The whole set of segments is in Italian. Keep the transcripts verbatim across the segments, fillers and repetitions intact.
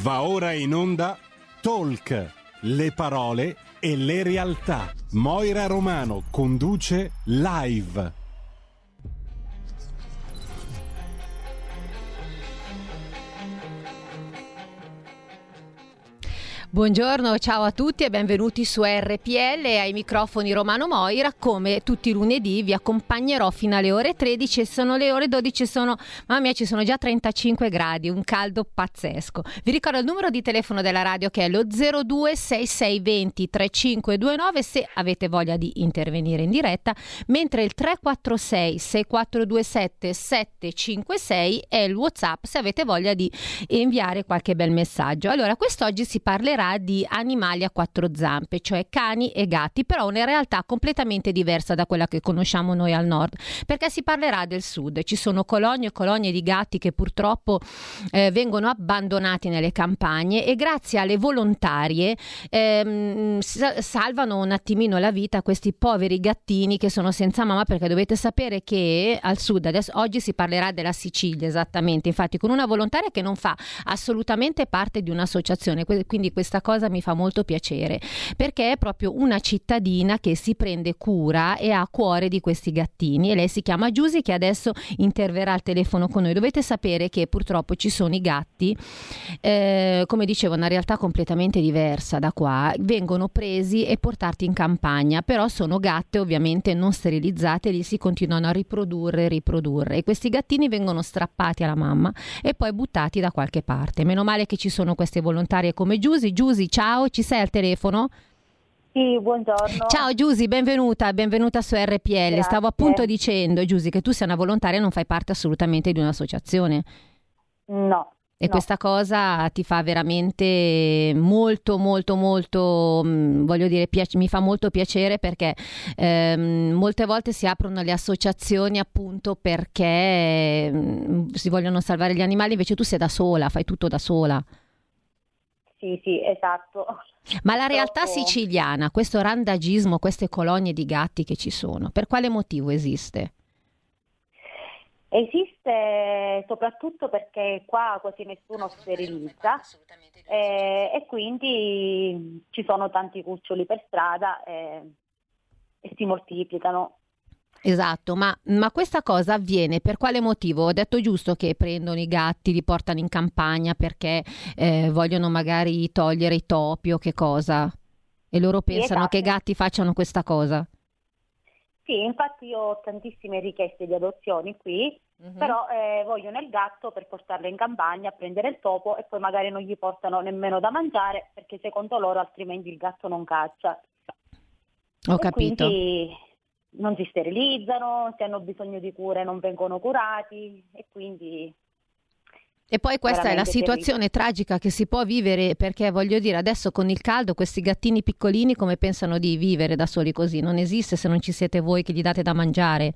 Va ora in onda Talk, le parole e le realtà. Moira Romano conduce Live. Buongiorno, ciao a tutti e benvenuti su R P L, ai microfoni Romano Moira. Come tutti i lunedì vi accompagnerò fino alle ore tredici e sono le ore dodici, sono, mamma mia, ci sono già trentacinque gradi, un caldo pazzesco. Vi ricordo il numero di telefono della radio che è lo zero due sei sei due zero tre cinque due nove se avete voglia di intervenire in diretta, mentre il tre quattro sei sei quattro due sette sette cinque sei è il WhatsApp se avete voglia di inviare qualche bel messaggio. Allora, quest'oggi si parlerà di animali a quattro zampe, cioè cani e gatti, però una realtà completamente diversa da quella che conosciamo noi al nord, perché si parlerà del sud. Ci sono colonie e colonie di gatti che purtroppo eh, vengono abbandonati nelle campagne e grazie alle volontarie ehm, salvano un attimino la vita a questi poveri gattini che sono senza mamma, perché dovete sapere che al sud, adesso oggi si parlerà della Sicilia esattamente, infatti con una volontaria che non fa assolutamente parte di un'associazione, quindi questa cosa mi fa molto piacere, perché è proprio una cittadina che si prende cura e ha a cuore di questi gattini, e lei si chiama Giusy, che adesso interverrà al telefono con noi. Dovete sapere che purtroppo ci sono i gatti, eh, come dicevo, una realtà completamente diversa da qua, vengono presi e portati in campagna, però sono gatte ovviamente non sterilizzate, lì si continuano a riprodurre e riprodurre, e questi gattini vengono strappati alla mamma e poi buttati da qualche parte. Meno male che ci sono queste volontarie come Giusy. Giusy, ciao, ci sei al telefono? Sì, buongiorno. Ciao Giusy, benvenuta, benvenuta su R P L. Grazie. Stavo appunto dicendo, Giusy, che tu sei una volontaria e non fai parte assolutamente di un'associazione. No. E no. questa cosa ti fa veramente molto, molto, molto, mh, voglio dire, piace, mi fa molto piacere, perché ehm, molte volte si aprono le associazioni appunto perché mh, si vogliono salvare gli animali, invece tu sei da sola, fai tutto da sola. Sì, sì, esatto. Ma la realtà Purtroppo siciliana, questo randagismo, queste colonie di gatti che ci sono, per quale motivo esiste? esiste soprattutto perché qua quasi nessuno sterilizza eh, e quindi ci sono tanti cuccioli per strada eh, e si moltiplicano. Esatto, ma, ma questa cosa avviene per quale motivo? Ho detto giusto che prendono i gatti, li portano in campagna perché eh, vogliono magari togliere i topi o che cosa? E loro pensano esatto. che i gatti facciano questa cosa? Sì, infatti io ho tantissime richieste di adozioni qui, uh-huh. però eh, vogliono il gatto per portarlo in campagna a prendere il topo e poi magari non gli portano nemmeno da mangiare perché secondo loro altrimenti il gatto non caccia. Ho e capito. Quindi non si sterilizzano, se hanno bisogno di cure non vengono curati e quindi... E poi questa è la situazione terribile. tragica che si può vivere, perché voglio dire, adesso con il caldo questi gattini piccolini come pensano di vivere da soli così? Non esiste se non ci siete voi che gli date da mangiare.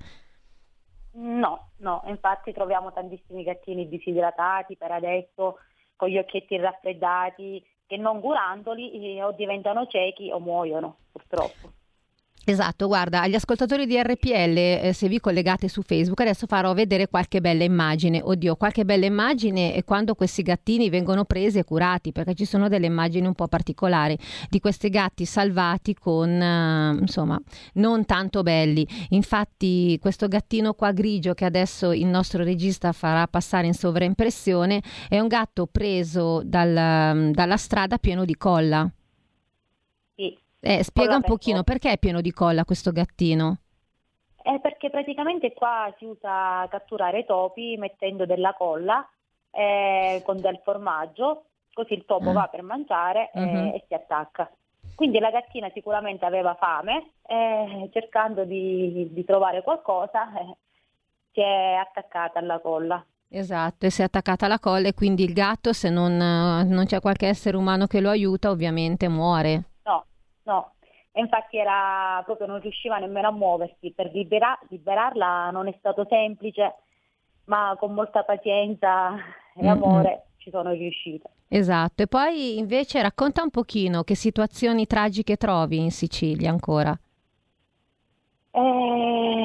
No, no, infatti troviamo tantissimi gattini disidratati per adesso, con gli occhietti raffreddati, che non curandoli eh, o diventano ciechi o muoiono, purtroppo. Esatto, guarda, agli ascoltatori di R P L, eh, se vi collegate su Facebook, adesso farò vedere qualche bella immagine. Oddio, qualche bella immagine è quando questi gattini vengono presi e curati, perché ci sono delle immagini un po' particolari di questi gatti salvati con, eh, insomma, non tanto belli. Infatti questo gattino qua grigio che adesso il nostro regista farà passare in sovraimpressione è un gatto preso dal, dalla strada pieno di colla. Sì. Eh, spiega un pochino perché è pieno di colla questo gattino. È perché praticamente qua si usa catturare topi mettendo della colla eh, con del formaggio, così il topo Mm. va per mangiare eh, Mhm. e si attacca. Quindi la gattina sicuramente aveva fame e cercando di, di trovare qualcosa eh, si è attaccata alla colla. Esatto, e si è attaccata alla colla, e quindi il gatto, se non, eh, non c'è qualche essere umano che lo aiuta, ovviamente muore. No, no. E infatti era proprio non riusciva nemmeno a muoversi. Per libera- liberarla non è stato semplice, ma con molta pazienza e Mm-mm. amore ci sono riuscita. Esatto, e poi invece racconta un pochino che situazioni tragiche trovi in Sicilia ancora. Eh,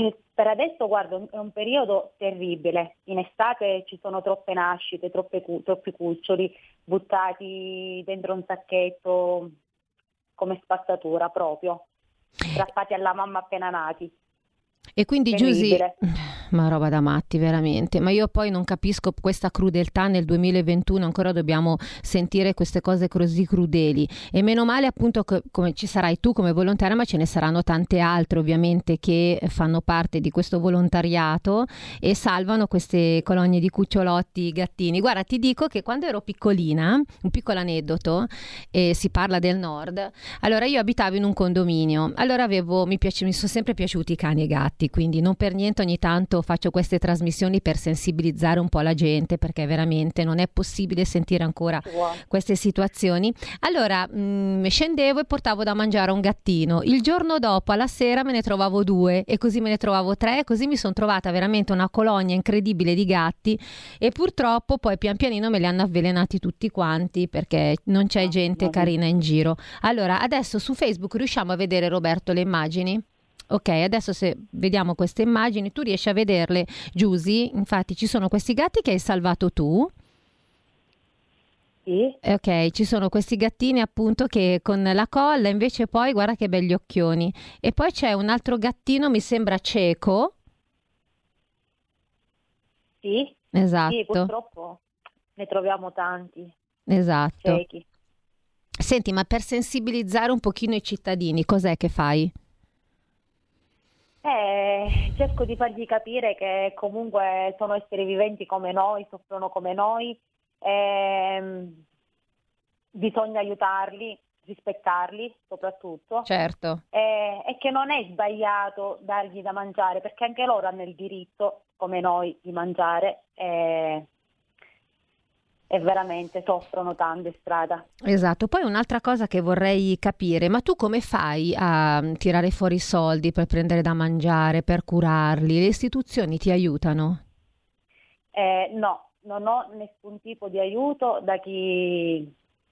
per adesso, guarda, è un periodo terribile. In estate ci sono troppe nascite, troppe cu- troppi cuccioli buttati dentro un sacchetto come spazzatura proprio, strappati alla mamma appena nati. E quindi Giusy, Terribile. ma roba da matti veramente, ma io poi non capisco questa crudeltà nel duemilaventuno, ancora dobbiamo sentire queste cose così crudeli, e meno male appunto che, come ci sarai tu come volontaria, ma ce ne saranno tante altre ovviamente che fanno parte di questo volontariato e salvano queste colonie di cucciolotti gattini. Guarda, ti dico che quando ero piccolina, un piccolo aneddoto, e si parla del nord, allora io abitavo in un condominio, allora avevo, mi piace, mi sono sempre piaciuti i cani e i gatti, quindi non per niente ogni tanto faccio queste trasmissioni per sensibilizzare un po' la gente, perché veramente non è possibile sentire ancora queste situazioni. Allora mh, scendevo e portavo da mangiare a un gattino, il giorno dopo alla sera me ne trovavo due e così me ne trovavo tre e così mi sono trovata veramente una colonia incredibile di gatti, e purtroppo poi pian pianino me li hanno avvelenati tutti quanti perché non c'è gente carina in giro. Allora adesso su Facebook riusciamo a vedere, Roberto, le immagini? Ok, adesso se vediamo queste immagini, tu riesci a vederle, Giusy? Infatti ci sono questi gatti che hai salvato tu. Sì. Ok, ci sono questi gattini appunto che con la colla, invece poi guarda che belli occhioni. E poi c'è un altro gattino, mi sembra cieco. Sì, Esatto. sì, purtroppo ne troviamo tanti Esatto. ciechi. Senti, ma per sensibilizzare un pochino i cittadini, cos'è che fai? Eh, cerco di fargli capire che comunque sono esseri viventi come noi, soffrono come noi, ehm, bisogna aiutarli, rispettarli soprattutto, Certo. eh, e che non è sbagliato dargli da mangiare, perché anche loro hanno il diritto, come noi, di mangiare, eh, e veramente soffrono tanto in strada. Esatto, poi un'altra cosa che vorrei capire, ma tu come fai a mm, tirare fuori i soldi per prendere da mangiare, per curarli? Le istituzioni ti aiutano? Eh, no, non ho nessun tipo di aiuto da chi...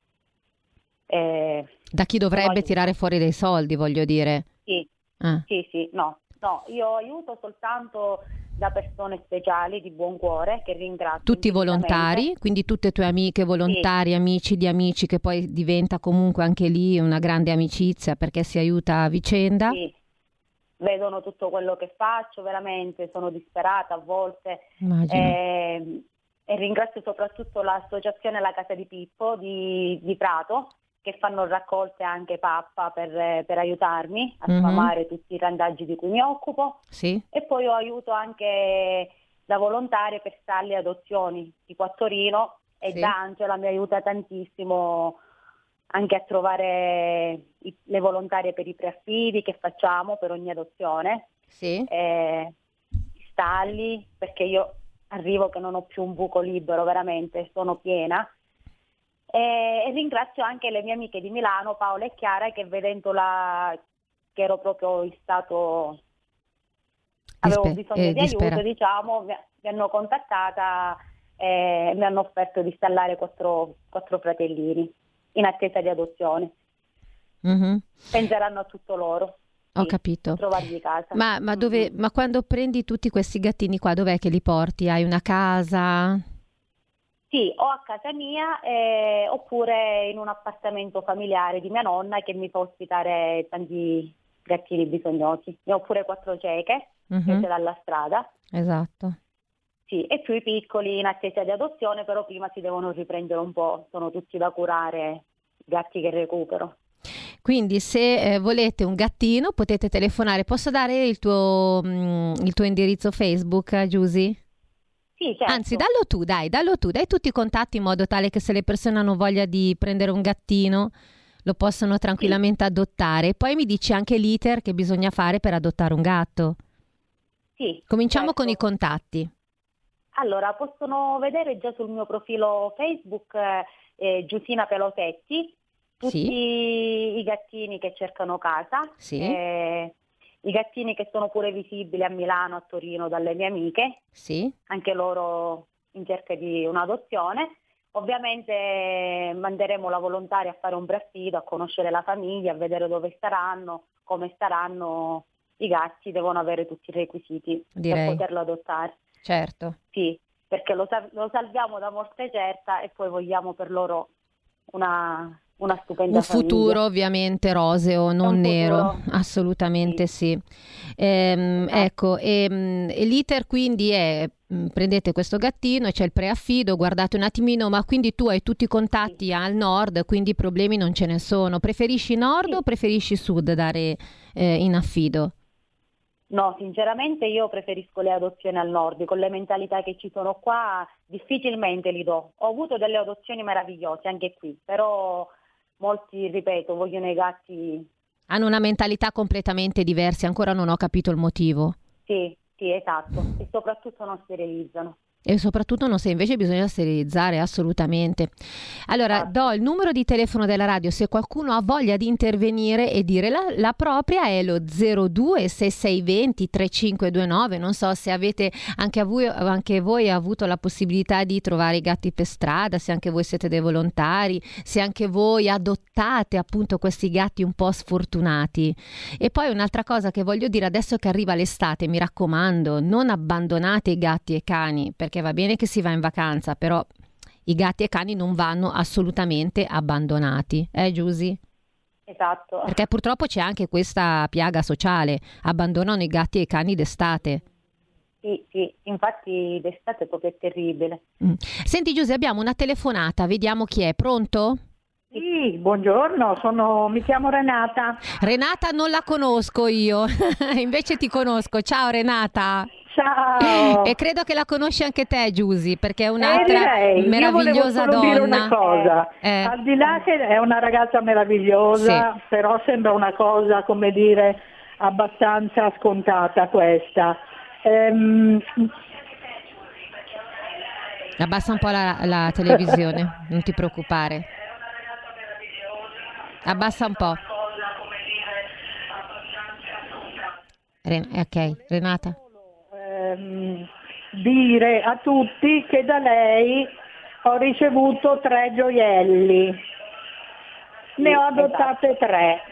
eh, Da chi dovrebbe aiuto. tirare fuori dei soldi, voglio dire. Sì, Ah, sì, sì, no, no, io aiuto soltanto da persone speciali di buon cuore che ringrazio tutti infinitamente. volontari, quindi tutte tue amiche volontari, amici di amici, che poi diventa comunque anche lì una grande amicizia perché si aiuta a vicenda. Sì, vedono tutto quello che faccio, veramente sono disperata a volte. Immagino. Eh, e ringrazio soprattutto l'associazione La Casa di Pippo di, di Prato, che fanno raccolte anche pappa per, per aiutarmi a Mhm. sfamare tutti i randaggi di cui mi occupo. Sì, E poi ho aiuto anche da volontaria per Stalli Adozioni, tipo a Torino, e Sì. da Angela mi aiuta tantissimo anche a trovare i- le volontarie per i preaffidi che facciamo per ogni adozione, sì. eh, stalli, perché io arrivo che non ho più un buco libero, veramente sono piena. E, e ringrazio anche le mie amiche di Milano, Paola e Chiara, che vedendola che ero proprio in stato, avevo Dispe- bisogno eh, di dispera- aiuto, diciamo, mi, mi hanno contattata e mi hanno offerto di installare quattro, quattro fratellini in attesa di adozione. Mhm. Penseranno a tutto loro. Ho Sì, capito. trovargli casa. Ma, ma dove, Mm-mm. ma quando prendi tutti questi gattini qua, dov'è che li porti? Hai una casa? Sì, o a casa mia eh, oppure in un appartamento familiare di mia nonna che mi fa ospitare tanti gattini bisognosi. Ne ho pure quattro cieche Mhm. prese dalla strada. Esatto. Sì, e più i piccoli in attesa di adozione, però prima si devono riprendere un po', sono tutti da curare, i gatti che recupero. Quindi se eh, volete un gattino potete telefonare. Posso dare il tuo, mm, il tuo indirizzo Facebook, eh, Giusy? Sì, certo. Anzi, dallo tu, dai, dallo tu, dai tutti i contatti in modo tale che se le persone hanno voglia di prendere un gattino lo possono tranquillamente adottare. Poi mi dici anche l'iter che bisogna fare per adottare un gatto. Sì, Cominciamo certo. con i contatti. Allora, possono vedere già sul mio profilo Facebook eh, eh, Giusina Pelosetti tutti Sì, i gattini che cercano casa, sì, eh, i gattini che sono pure visibili a Milano, a Torino dalle mie amiche, sì. anche loro in cerca di un'adozione. Ovviamente eh, manderemo la volontaria a fare un preaffido, a conoscere la famiglia, a vedere dove staranno, come staranno i gatti devono avere tutti i requisiti Direi. per poterlo adottare. Certo. Sì, perché lo, sal- lo salviamo da morte certa e poi vogliamo per loro una, una stupenda Un famiglia. futuro ovviamente roseo, non Un nero, futuro. assolutamente sì. Ehm, Esatto. ecco, ehm, e l'iter quindi è, mh, prendete questo gattino e c'è il preaffido, guardate un attimino, ma quindi tu hai tutti i contatti Sì. al nord, quindi problemi non ce ne sono. Preferisci nord Sì. o preferisci sud dare eh, in affido? No, sinceramente io preferisco le adozioni al nord, con le mentalità che ci sono qua difficilmente li do. Ho avuto delle adozioni meravigliose anche qui, però molti, ripeto, vogliono i gatti. Hanno una mentalità completamente diversa, ancora non ho capito il motivo. Sì, sì, esatto, e soprattutto non sterilizzano. E soprattutto non se invece bisogna sterilizzare, assolutamente. Allora, Esatto. do il numero di telefono della radio se qualcuno ha voglia di intervenire e dire la, la propria, è lo zero due sei sei due zero tre cinque due nove. Non so se avete anche, a voi, anche voi avuto la possibilità di trovare i gatti per strada, se anche voi siete dei volontari, se anche voi adottate appunto questi gatti un po' sfortunati. E poi un'altra cosa che voglio dire, adesso che arriva l'estate, mi raccomando, non abbandonate i gatti e i cani, perché va bene che si va in vacanza, però i gatti e i cani non vanno assolutamente abbandonati, eh Giusy? Esatto. Perché purtroppo c'è anche questa piaga sociale, abbandonano i gatti e i cani d'estate. Sì, sì, infatti d'estate è proprio terribile. Mm. Senti Giusy, abbiamo una telefonata, vediamo chi è, pronto? Sì, buongiorno, sono, mi chiamo Renata. Renata non la conosco io, invece ti conosco, ciao Renata. Ciao. E credo che la conosci anche te, Giusy, perché è Eh, un'altra direi. meravigliosa Io volevo solo dire donna. una cosa, Eh. al di là che è una ragazza meravigliosa, Sì. però sembra una cosa, come dire, abbastanza scontata questa. Ehm, Abbassa un po' la, la televisione, non ti preoccupare. Abbassa un po'. Ren- ok, Renata. ehm, dire a tutti che da lei ho ricevuto tre gioielli, ne ho adottate tre.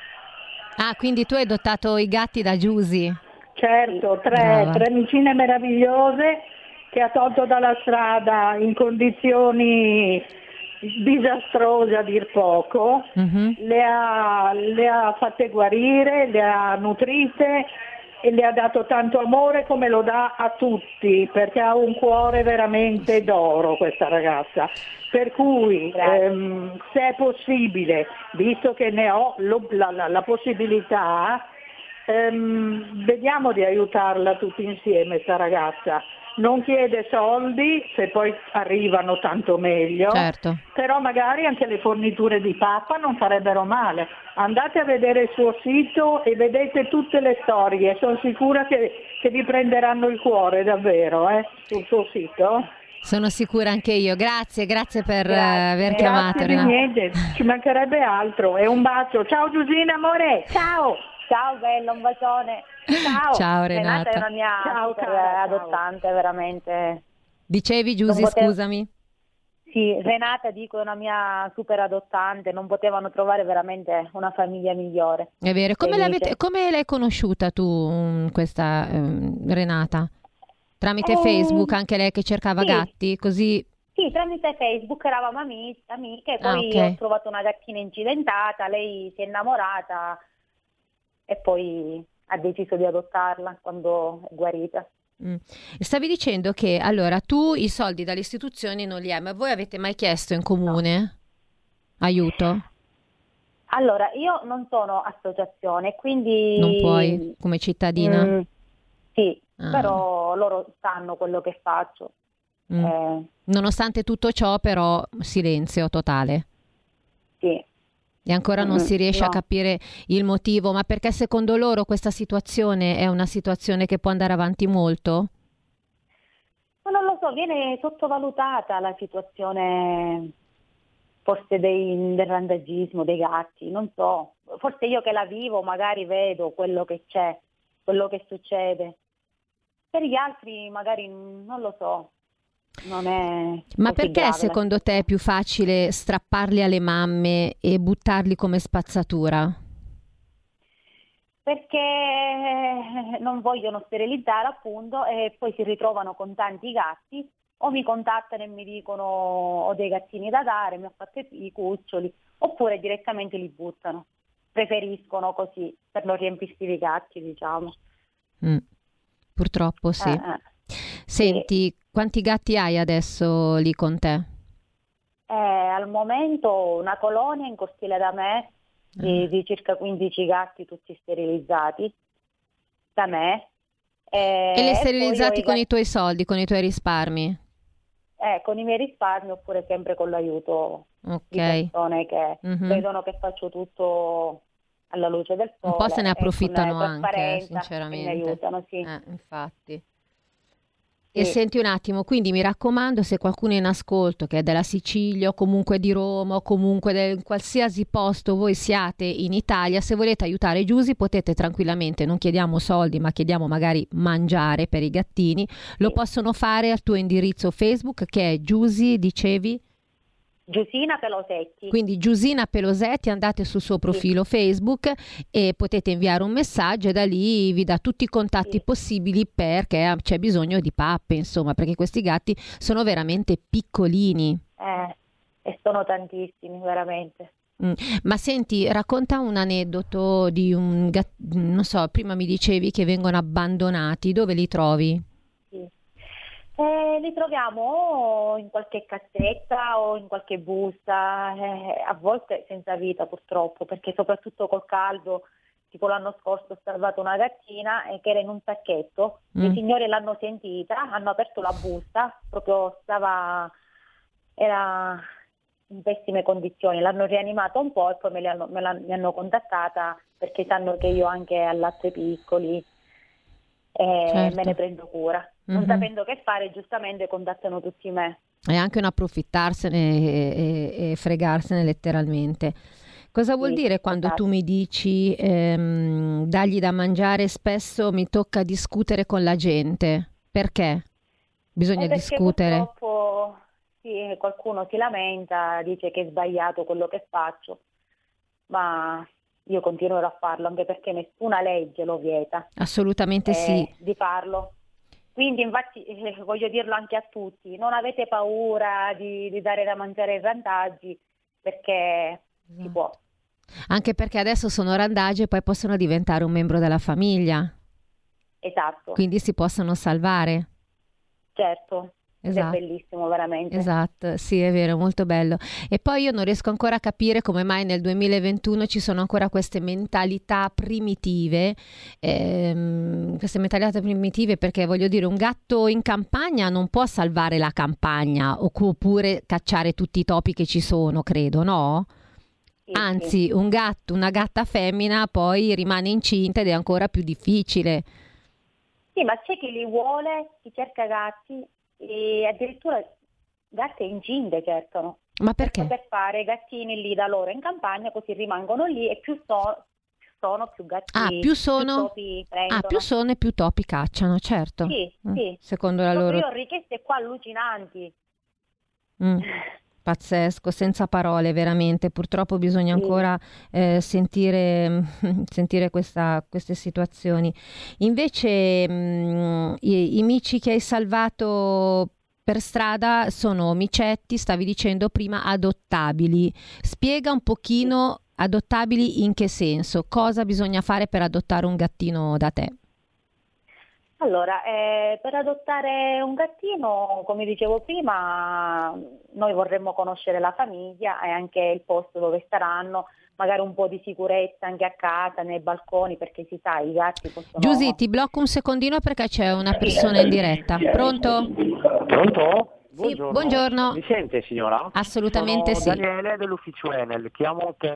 Ah, quindi tu hai adottato i gatti da Giusy. Certo, tre, Brava. tre vicine meravigliose che ha tolto dalla strada in condizioni disastrose a dir poco, Mhm. le ha, le ha fatte guarire, le ha nutrite e le ha dato tanto amore come lo dà a tutti, perché ha un cuore veramente d'oro questa ragazza. Per cui ehm, se è possibile, visto che ne ho lo- la, la- la possibilità, ehm, vediamo di aiutarla tutti insieme sta ragazza. Non chiede soldi, se poi arrivano tanto meglio, Certo. però magari anche le forniture di pappa non farebbero male. Andate a vedere il suo sito e vedete tutte le storie, sono sicura che, che vi prenderanno il cuore davvero, eh, sul suo sito. Sono sicura anche io. Grazie, grazie per eh, Grazie. aver chiamato, Grazie di Renata. niente, ci mancherebbe altro. E un bacio. Ciao Giusina, amore, ciao! Ciao bello, un bacione. Ciao! Ciao Renata è Renata. una mia Ciao, super cara, ciao. adottante, veramente. Dicevi Giusy, Non potevo- scusami. Sì, Renata dico è una mia super adottante, non potevano trovare veramente una famiglia migliore. È vero. Come, Felice. l'avete, come l'hai conosciuta tu, mm, questa ehm, Renata? Tramite Eh, Facebook, anche lei che cercava sì. gatti, così. Sì, tramite Facebook eravamo ami- amiche, Ah, poi ok. ho trovato una gattina incidentata, lei si è innamorata e poi ha deciso di adottarla quando è guarita. Mm. Stavi dicendo che allora tu i soldi dalle istituzioni non li hai, ma voi avete mai chiesto in comune aiuto? Allora, io non sono associazione, quindi... Non puoi, come cittadina? Mm, sì, Ah. però loro sanno quello che faccio. Mm. Eh, Nonostante tutto ciò, però, silenzio totale. sì. E ancora non Mm, si riesce no. a capire il motivo, ma perché secondo loro questa situazione è una situazione che può andare avanti molto? Ma non lo so, viene sottovalutata la situazione forse dei, del randagismo dei gatti, non so. Forse io che la vivo magari vedo quello che c'è, quello che succede. Per gli altri magari non lo so, non è Ma così perché grave la secondo te è più facile strapparli alle mamme e buttarli come spazzatura? perché non vogliono sterilizzare appunto e poi si ritrovano con tanti gatti o mi contattano e mi dicono ho dei gattini da dare, mi ho fatto i cuccioli, oppure direttamente li buttano. Preferiscono così per non riempirsi di gatti, diciamo. Mm. Purtroppo sì. Eh, eh. Senti, sì. Quanti gatti hai adesso lì con te? Eh, al momento una colonia in cortile da me di, di circa quindici gatti, tutti sterilizzati da me. Eh, E li e sterilizzati poi con i i tuoi soldi, con i tuoi risparmi? Eh, con i miei risparmi oppure sempre con l'aiuto Ok. di persone che Mhm. vedono che faccio tutto alla luce del Un po' se ne sole e con approfittano anche, eh, trasparenza e mi sinceramente. aiutano, sì. Eh, infatti. Sì. E senti un attimo, quindi mi raccomando, se qualcuno è in ascolto che è della Sicilia o comunque di Roma o comunque in qualsiasi posto voi siate in Italia, se volete aiutare Giusy potete tranquillamente, non chiediamo soldi ma chiediamo magari mangiare per i gattini, lo Sì. possono fare al tuo indirizzo Facebook che è Giusy, dicevi? Giusina Pelosetti. Quindi Giusina Pelosetti, andate sul suo profilo Facebook e potete inviare un messaggio e da lì vi dà tutti i contatti Sì. possibili perché c'è bisogno di pappe, insomma, perché questi gatti sono veramente piccolini. Eh, e sono tantissimi, veramente. Mm. Ma senti, racconta un aneddoto di un gatto, non so, prima mi dicevi che vengono abbandonati, dove li trovi? Sì. Eh, li troviamo in qualche cassetta o in qualche busta, eh, a volte senza vita purtroppo, perché soprattutto col caldo, tipo l'anno scorso ho salvato una gattina eh, che era in un sacchetto, Mm. i signori l'hanno sentita, hanno aperto la busta, proprio stava, era in pessime condizioni, l'hanno rianimato un po' e poi me, li hanno, me la- mi hanno contattata perché sanno che io anche allatto i piccoli e Certo. me ne prendo cura. Non Mhm. sapendo che fare, giustamente contattano tutti me. È anche un approfittarsene e, e- e fregarsene letteralmente. Cosa vuol Sì, dire quando esatto. tu mi dici ehm, dargli da mangiare? Spesso mi tocca discutere con la gente. Perché? Bisogna È perché discutere. purtroppo sì, qualcuno si lamenta, dice che è sbagliato quello che faccio, ma io continuerò a farlo anche perché nessuna legge lo vieta Assolutamente eh, sì. di farlo. Quindi infatti eh, voglio dirlo anche a tutti, non avete paura di, di dare da mangiare ai randaggi perché si può. Anche perché adesso sono randagi e poi possono diventare un membro della famiglia. Esatto, Quindi si possono salvare. certo, ed Esatto. è bellissimo veramente. Esatto, sì, è vero, molto bello. E poi io non riesco ancora a capire come mai nel duemilaventuno ci sono ancora queste mentalità primitive, ehm, queste mentalità primitive perché voglio dire, un gatto in campagna non può salvare la campagna o- oppure cacciare tutti i topi che ci sono, credo, no? Sì, Anzi, sì. un gatto, una gatta femmina poi rimane incinta ed è ancora più difficile. Sì, ma c'è chi li vuole, chi cerca gatti e addirittura gatte incinte cercano Ma per perché? poter fare gattini lì da loro in campagna, così rimangono lì e più, so- più sono, più gatti, Ah, più sono, topi ah, prendono. più sono e più topi cacciano, certo. Sì, Mm, sì. Secondo la Proprio loro... io ho richieste qua allucinanti. Mm, pazzesco, senza parole, veramente. Purtroppo bisogna Sì. ancora eh, sentire, sentire questa- queste situazioni. Invece, mm, i, i mici che hai salvato per strada sono micetti, stavi dicendo prima, adottabili. Spiega un pochino adottabili in che senso? Cosa bisogna fare per adottare un gattino da te? Allora, eh, per adottare un gattino, come dicevo prima, noi vorremmo conoscere la famiglia e anche il posto dove staranno, magari un po' di sicurezza anche a casa, nei balconi, perché si sa, i gatti possono... Giusy, ti blocco un secondino perché c'è una persona in diretta. Pronto? Pronto? Sì, Buongiorno. buongiorno. Mi sente signora? Assolutamente Sono sì. Daniele dell'ufficio Enel, chiamo per...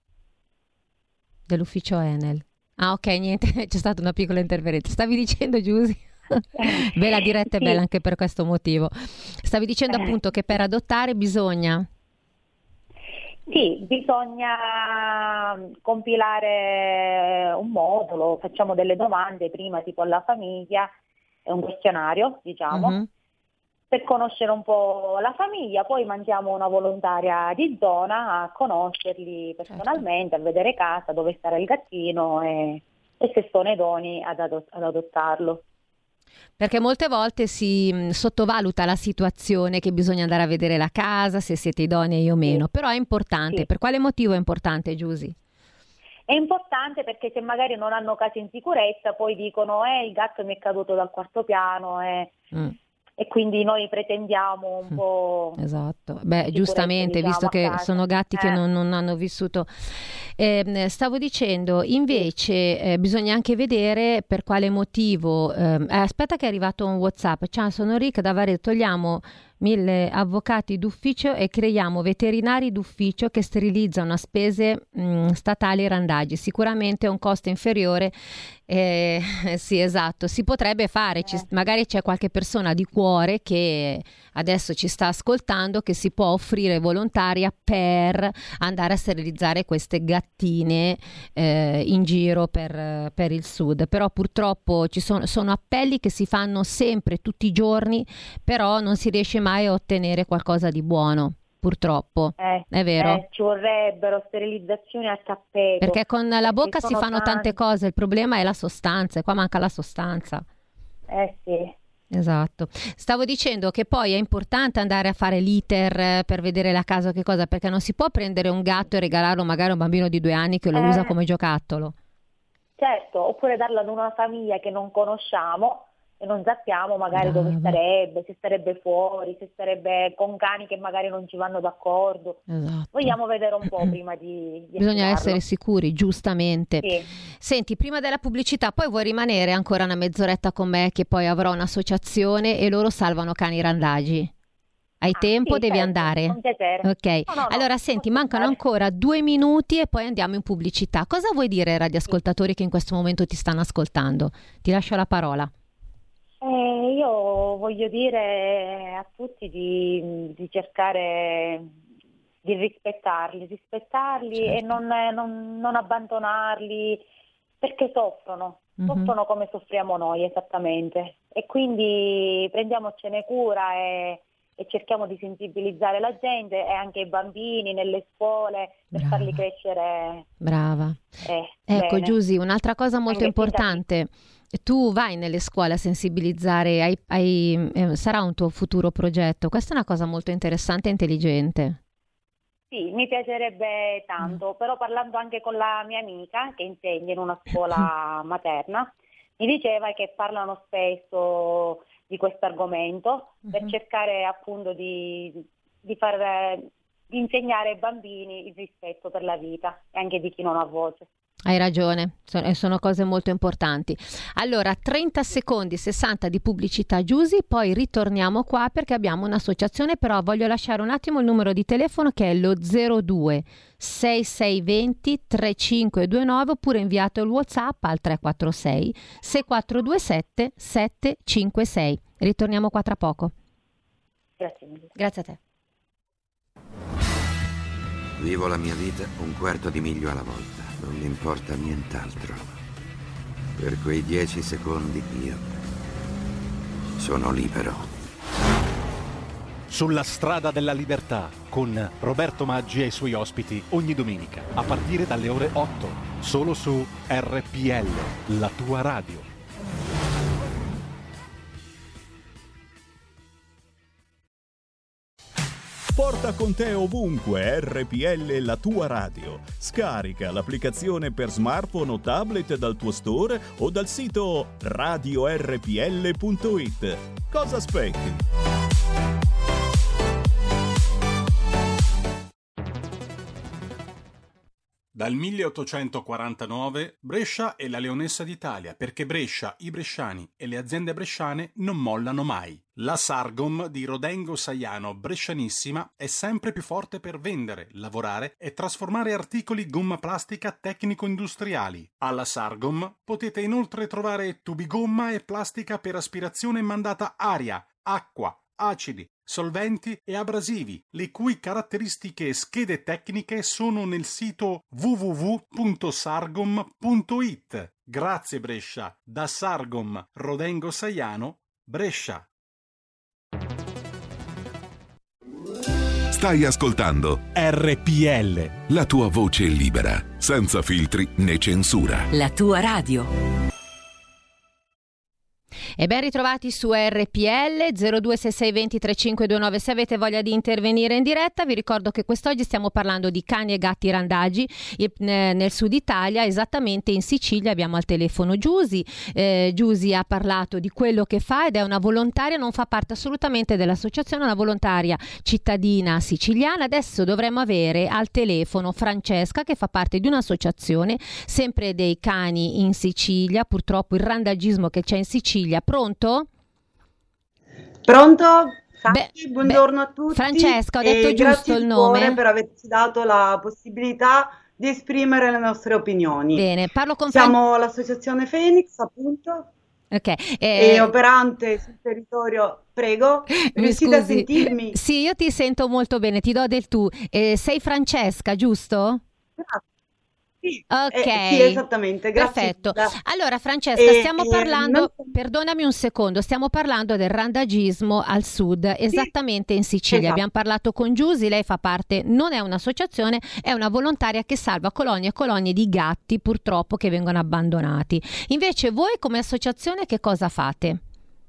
Dell'ufficio Enel. Ah, ok, niente, c'è stata una piccola interferenza. Stavi dicendo, Giusy? Beh, la diretta è Sì. bella anche per questo motivo. Stavi dicendo appunto che per adottare bisogna... Sì, bisogna compilare un modulo, facciamo delle domande prima tipo alla famiglia, è un questionario diciamo, Mhm. per conoscere un po' la famiglia, poi mandiamo una volontaria di zona a conoscerli personalmente, a vedere casa, dove starà il gattino e e se sono idonei ad, adott- ad adottarlo. Perché molte volte si mh, sottovaluta la situazione, che bisogna andare a vedere la casa, se siete idonei o meno, Sì. però è importante. Sì. Per quale motivo è importante, Giusy? È importante perché se magari non hanno casa in sicurezza, poi dicono eh il gatto mi è caduto dal quarto piano e, Mm. e quindi noi pretendiamo un po'... Esatto, beh, di giustamente, sicurezza, visto diciamo, a che casa. sono gatti che Eh. non, non hanno vissuto. Ehm, stavo dicendo, invece, eh, bisogna anche vedere per quale motivo. ehm, eh, aspetta che è arrivato un WhatsApp. Ciao, sono Rick da Varese, togliamo mille avvocati d'ufficio e creiamo veterinari d'ufficio che sterilizzano a spese mh, statali e randaggi. Sicuramente è un costo inferiore. Eh, sì, esatto, si potrebbe fare, ci- Eh. magari c'è qualche persona di cuore che adesso ci sta ascoltando, che si può offrire volontaria per andare a sterilizzare queste gattine eh, in giro per, per il sud. Però purtroppo ci sono, sono appelli che si fanno sempre, tutti i giorni, però non si riesce mai a ottenere qualcosa di buono, purtroppo. Eh, È vero? eh, ci vorrebbero sterilizzazioni a tappeto. Perché con la bocca Perché si sono fanno tante tanti. cose, il problema è la sostanza, e qua manca la sostanza. Eh sì. Esatto. Stavo dicendo che poi è importante andare a fare l'iter eh, per vedere la casa o che cosa, perché non si può prendere un gatto e regalarlo magari a un bambino di due anni che lo Eh. usa come giocattolo. Certo, oppure darlo ad una famiglia che non conosciamo e non sappiamo magari Brava. dove starebbe, se starebbe fuori, se starebbe con cani che magari non ci vanno d'accordo. Esatto. Vogliamo vedere un po' prima di, di Bisogna affidarlo. essere sicuri, giustamente. Sì. Senti, prima della pubblicità, poi vuoi rimanere ancora una mezz'oretta con me, che poi avrò un'associazione e loro salvano cani randagi? Hai Ah, tempo? sì, Devi certo, andare? con piacere. Ok, No, no, no, allora senti, posso mancano andare. ancora due minuti e poi andiamo in pubblicità. Cosa vuoi dire ai radioascoltatori che in questo momento ti stanno ascoltando? Ti lascio la parola. Eh, io voglio dire a tutti di, di cercare di rispettarli, rispettarli Certo. e non, non- non abbandonarli perché soffrono, Mhm. soffrono come soffriamo noi esattamente e quindi prendiamocene cura e, e cerchiamo di sensibilizzare la gente e anche i bambini nelle scuole per Brava. farli crescere. Brava. eh, Ecco, bene. Giusy, un'altra cosa molto Anche fin da importante. Tu vai nelle scuole a sensibilizzare, hai- hai- eh, sarà un tuo futuro progetto. Questa è una cosa molto interessante e intelligente. Sì, mi piacerebbe tanto, però parlando anche con la mia amica che insegna in una scuola materna, mi diceva che parlano spesso di questo argomento per Mhm. cercare appunto di, di far eh, di insegnare ai bambini il rispetto per la vita e anche di chi non ha voce. Hai ragione, so- e sono cose molto importanti. Allora, trenta secondi, sessanta di pubblicità, Giusy, poi ritorniamo qua perché abbiamo un'associazione, però voglio lasciare un attimo il numero di telefono che è lo zero due sei sei due zero tre cinque due nove oppure inviate il WhatsApp al tre quattro sei sei quattro due sette sette cinque sei. Ritorniamo qua tra poco. Grazie mille. Grazie a te. Vivo la mia vita un quarto di miglio alla volta, non mi importa nient'altro. Per quei dieci secondi io sono libero. Sulla strada della libertà con Roberto Maggi e i suoi ospiti ogni domenica a partire dalle ore otto, solo su R P L, la tua radio. Porta con te ovunque R P L, la tua radio. Scarica l'applicazione per smartphone o tablet dal tuo store o dal sito radio R P L punto it. Cosa aspetti? Dal milleottocentoquarantanove Brescia è la leonessa d'Italia, perché Brescia, i bresciani e le aziende bresciane non mollano mai. La Sargom di Rodengo Saiano Brescianissima è sempre più forte per vendere, lavorare e trasformare articoli gomma plastica tecnico-industriali. Alla Sargom potete inoltre trovare tubi gomma e plastica per aspirazione mandata aria, acqua, acidi, solventi e abrasivi, le cui caratteristiche e schede tecniche sono nel sito w w w punto sargom punto it. Grazie Brescia, da Sargom Rodengo Saiano, Brescia. Stai ascoltando R P L, la tua voce libera, senza filtri né censura. La tua radio. E ben ritrovati su R P L zero due sei sei due zero tre cinque due nove. Se avete voglia di intervenire in diretta, vi ricordo che quest'oggi stiamo parlando di cani e gatti randagi nel sud Italia, esattamente in Sicilia. Abbiamo al telefono Giusy. eh, Giusy ha parlato di quello che fa ed è una volontaria, non fa parte assolutamente dell'associazione, è una volontaria cittadina siciliana. Adesso dovremmo avere al telefono Francesca, che fa parte di un'associazione sempre dei cani in Sicilia, purtroppo il randagismo che c'è in Sicilia. Pronto? Pronto? Sacchi, Beh, buongiorno beh, a tutti. Francesca, ho detto e giusto il nome? Grazie per averci dato la possibilità di esprimere le nostre opinioni. Bene, parlo con Siamo Fran... l'associazione Phoenix, appunto, Ok. e Eh, operante sul territorio. Prego, mi riuscite a scusi. sentirmi? Sì, io ti sento molto bene, ti do del tu. Eh, sei Francesca, giusto? Grazie. Sì, Ok, eh, sì, esattamente, grazie. perfetto. mille. Allora Francesca, E- stiamo e parlando, non- perdonami un secondo, stiamo parlando del randagismo al sud, esattamente in Sicilia. esatto. Abbiamo parlato con Giusy, lei fa parte, non è un'associazione, è una volontaria che salva colonie e colonie di gatti purtroppo che vengono abbandonati. Invece voi come associazione che cosa fate?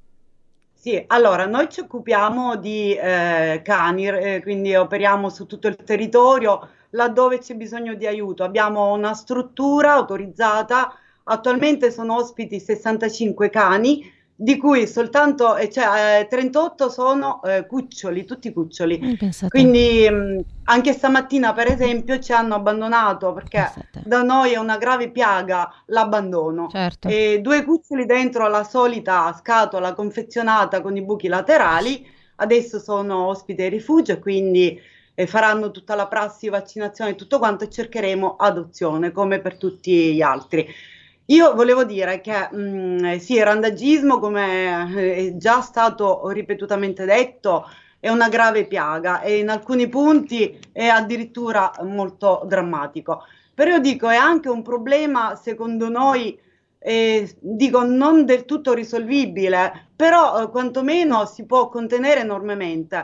Sì, allora noi ci occupiamo di eh, cani, eh, quindi operiamo su tutto il territorio laddove c'è bisogno di aiuto. Abbiamo una struttura autorizzata, attualmente sono ospiti sessantacinque cani, di cui soltanto eh, cioè, eh, trentotto sono eh, cuccioli, tutti cuccioli. Mm, pensate. Quindi mh, anche stamattina per esempio ci hanno abbandonato perché Pensate. da noi è una grave piaga l'abbandono. Certo. E due cuccioli dentro la solita scatola confezionata con i buchi laterali, adesso sono ospiti ai rifugio e quindi eh, faranno tutta la prassi, vaccinazione e tutto quanto e cercheremo adozione come per tutti gli altri. Io volevo dire che mh, sì, il randagismo, come è già stato ripetutamente detto, è una grave piaga e in alcuni punti è addirittura molto drammatico. Però io dico, è anche un problema, secondo noi, eh, dico non del tutto risolvibile, però eh, quantomeno si può contenere enormemente.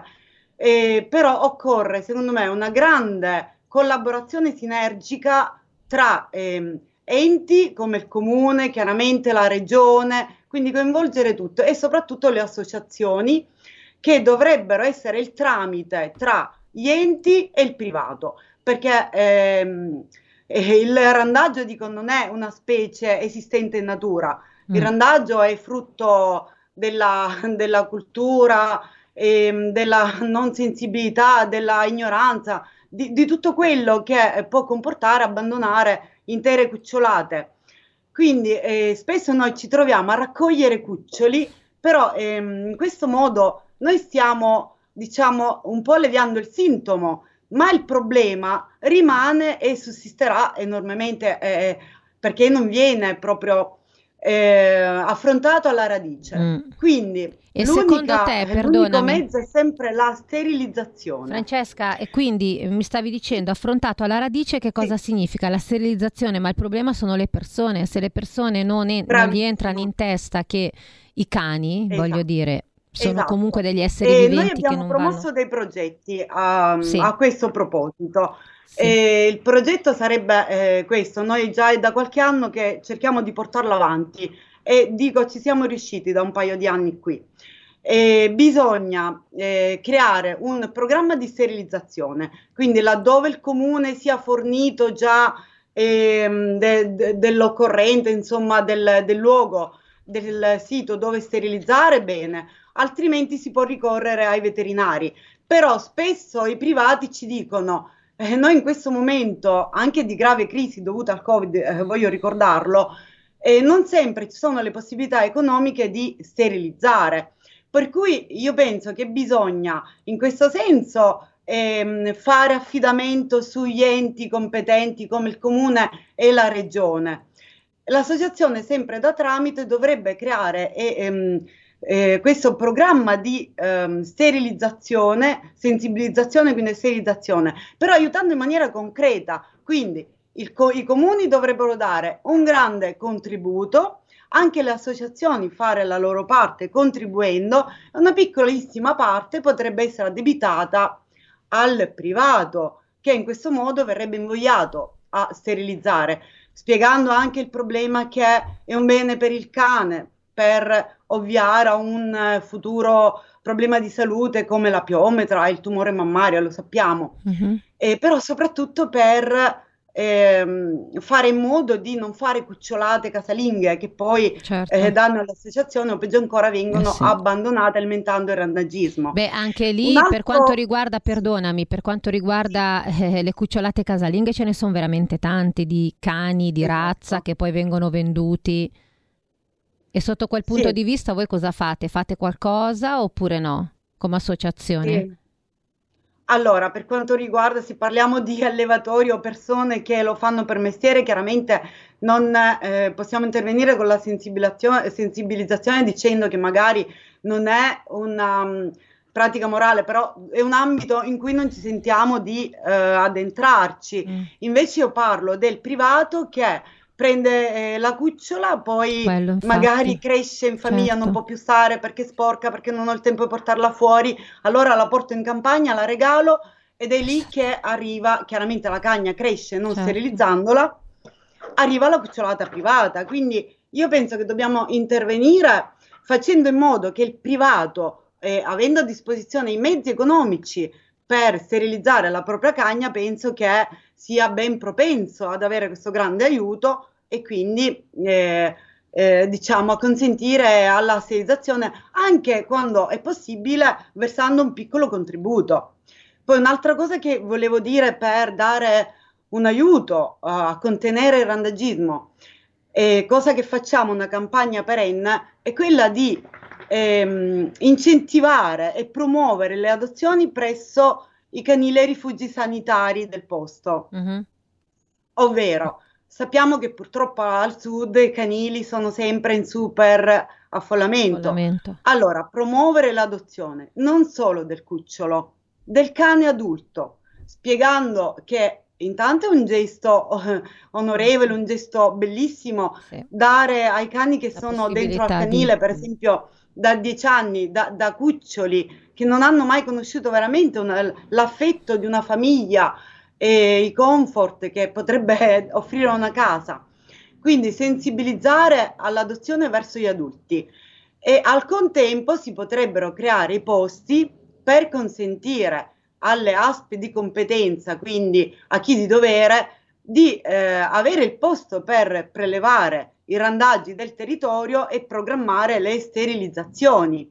Eh, però occorre, secondo me, una grande collaborazione sinergica tra ehm, enti come il comune, chiaramente la regione, quindi coinvolgere tutto e soprattutto le associazioni che dovrebbero essere il tramite tra gli enti e il privato, perché ehm, eh, il randaggio, dico, non è una specie esistente in natura, il Mm. randaggio è frutto della, della cultura, ehm, della non sensibilità, della ignoranza, di, di tutto quello che eh, può comportare abbandonare intere cucciolate. Quindi eh, spesso noi ci troviamo a raccogliere cuccioli, però ehm, in questo modo noi stiamo, diciamo, un po' alleviando il sintomo, ma il problema rimane e sussisterà enormemente eh, perché non viene proprio eh, affrontato alla radice. Mm. Quindi E l'unica- secondo te, l'unico perdonami, mezzo è sempre la sterilizzazione. Francesca, e quindi eh, mi stavi dicendo affrontato alla radice, che cosa significa la sterilizzazione? Ma il problema sono le persone. Se le persone non, en- non gli Bravissimo. entrano in testa che i cani, Esatto. voglio dire, sono Esatto. comunque degli esseri E noi viventi che abbiamo non promosso vanno. dei progetti a, Sì. a questo proposito. Sì. E il progetto sarebbe eh, questo, noi già è da qualche anno che cerchiamo di portarlo avanti e dico ci siamo riusciti da un paio di anni qui. E bisogna eh, creare un programma di sterilizzazione, quindi laddove il comune sia fornito già ehm, de- de- dell'occorrente, insomma del, del luogo, del sito dove sterilizzare, bene, altrimenti si può ricorrere ai veterinari. Però spesso i privati ci dicono, eh, noi in questo momento anche di grave crisi dovuta al Covid, eh, voglio ricordarlo, eh, non sempre ci sono le possibilità economiche di sterilizzare. Per cui io penso che bisogna in questo senso ehm, fare affidamento sugli enti competenti come il comune e la regione. L'associazione, sempre da tramite, dovrebbe creare eh, ehm, eh, questo programma di ehm, sterilizzazione, sensibilizzazione, quindi sterilizzazione, però aiutando in maniera concreta. Quindi il co- i comuni dovrebbero dare un grande contributo, anche le associazioni fare la loro parte contribuendo, una piccolissima parte potrebbe essere addebitata al privato, che in questo modo verrebbe invogliato a sterilizzare, spiegando anche il problema che è un bene per il cane, per ovviare a un futuro problema di salute come la piometra, il tumore mammario, lo sappiamo, Mhm. eh, però soprattutto per ehm, fare in modo di non fare cucciolate casalinghe che poi Certo. eh, danno all'associazione o peggio ancora vengono Eh sì. abbandonate alimentando il randagismo. Beh, anche lì Un per quanto altro- riguarda, perdonami, per quanto riguarda eh, le cucciolate casalinghe ce ne sono veramente tanti di cani, di Esatto. razza che poi vengono venduti. E sotto quel punto Sì. di vista voi cosa fate? Fate qualcosa oppure no? Come associazione? Sì. Allora, per quanto riguarda, se parliamo di allevatori o persone che lo fanno per mestiere, chiaramente non eh, possiamo intervenire con la sensibilizzazione, sensibilizzazione dicendo che magari non è una um, pratica morale, però è un ambito in cui non ci sentiamo di eh, addentrarci. Mm. Invece io parlo del privato che prende eh, la cucciola, poi Quello, infatti. magari cresce in famiglia, Certo. non può più stare perché è sporca, perché non ho il tempo di portarla fuori, allora la porto in campagna, la regalo ed è lì che arriva, chiaramente la cagna cresce non Certo. sterilizzandola, arriva la cucciolata privata. Quindi io penso che dobbiamo intervenire facendo in modo che il privato, eh, avendo a disposizione i mezzi economici per sterilizzare la propria cagna, penso che sia ben propenso ad avere questo grande aiuto e quindi eh, eh, diciamo consentire alla sterilizzazione anche quando è possibile versando un piccolo contributo. Poi un'altra cosa che volevo dire per dare un aiuto uh, a contenere il randagismo, eh, cosa che facciamo una campagna perenne, è quella di ehm, incentivare e promuovere le adozioni presso i canili e rifugi sanitari del posto. Mhm. Ovvero, sappiamo che purtroppo al sud i canili sono sempre in super affollamento. Affollamento. Allora, promuovere l'adozione non solo del cucciolo, del cane adulto, spiegando che intanto è un gesto eh, onorevole, un gesto bellissimo, Sì. dare ai cani che La sono dentro al possibilità di- canile, per esempio da dieci anni, da, da cuccioli, che non hanno mai conosciuto veramente una- l'affetto di una famiglia e i comfort che potrebbe offrire una casa. Quindi sensibilizzare all'adozione verso gli adulti e al contempo si potrebbero creare i posti per consentire alle A S P di competenza, quindi a chi di dovere, di eh, avere il posto per prelevare i randaggi del territorio e programmare le sterilizzazioni.